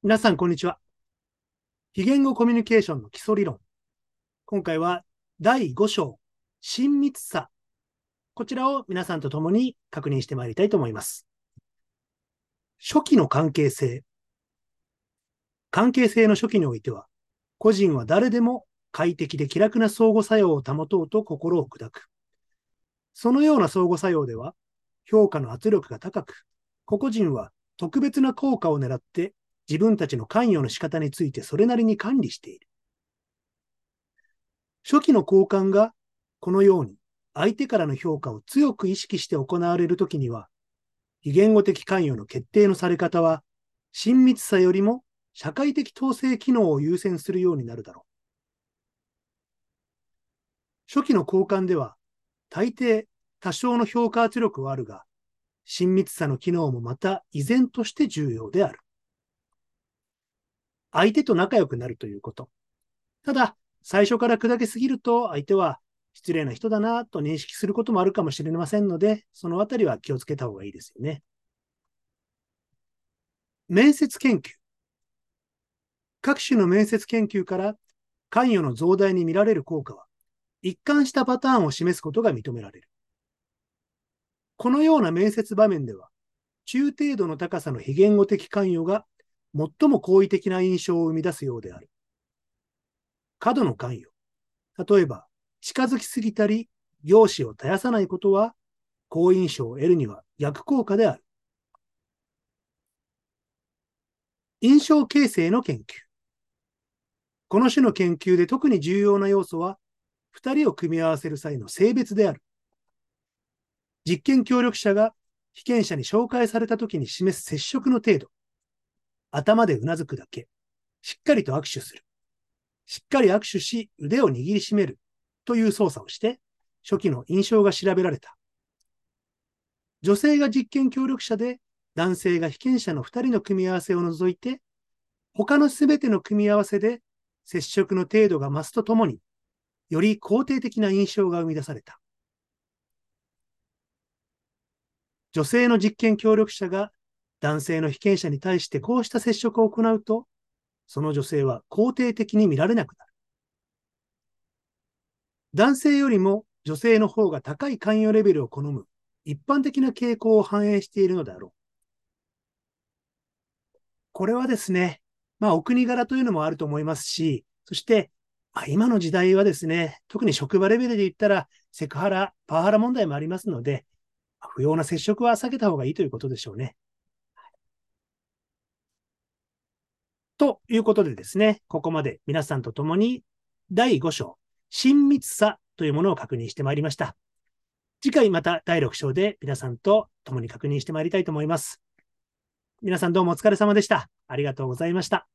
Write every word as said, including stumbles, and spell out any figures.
皆さん、こんにちは。非言語コミュニケーションの基礎理論。今回はだいご章、親密さ。こちらを皆さんと共に確認してまいりたいと思います。初期の関係性。関係性の初期においては、個人は誰でも快適で気楽な相互作用を保とうと心を砕く。そのような相互作用では、評価の圧力が高く、個々人は特別な効果を狙って自分たちの関与の仕方についてそれなりに管理している。初期の交換がこのように相手からの評価を強く意識して行われるときには、非言語的関与の決定のされ方は、親密さよりも社会的統制機能を優先するようになるだろう。初期の交換では、大抵多少の評価圧力はあるが、親密さの機能もまた依然として重要である。相手と仲良くなるということ。ただ、最初から砕けすぎると相手は失礼な人だなと認識することもあるかもしれませんので、そのあたりは気をつけた方がいいですよね。面接研究。各種の面接研究から関与の増大に見られる効果は、一貫したパターンを示すことが認められる。このような面接場面では、中程度の高さの非言語的関与が最も好意的な印象を生み出すようである。過度の関与。例えば、近づきすぎたり、容姿を絶やさないことは、好印象を得るには逆効果である。印象形成の研究。この種の研究で特に重要な要素は、二人を組み合わせる際の性別である。実験協力者が被験者に紹介されたときに示す接触の程度。頭でうなずくだけ。しっかりと握手する。しっかり握手し、腕を握りしめる。という操作をして、初期の印象が調べられた。女性が実験協力者で、男性が被験者のふたりの組み合わせを除いて、他のすべての組み合わせで接触の程度が増すとともに、より肯定的な印象が生み出された。女性の実験協力者が男性の被験者に対してこうした接触を行うと、その女性は肯定的に見られなくなる。男性よりも女性の方が高い関与レベルを好む一般的な傾向を反映しているのであろう。これはですね、まあ、お国柄というのもあると思いますし、そして、まあ、今の時代はですね、特に職場レベルで言ったら、セクハラ、パワハラ問題もありますので、不要な接触は避けた方がいいということでしょうね。ということでですね、ここまで皆さんと共にだいご章、親密さというものを確認してまいりました。次回まただいろく章で皆さんと共に確認してまいりたいと思います。皆さんどうもお疲れ様でした。ありがとうございました。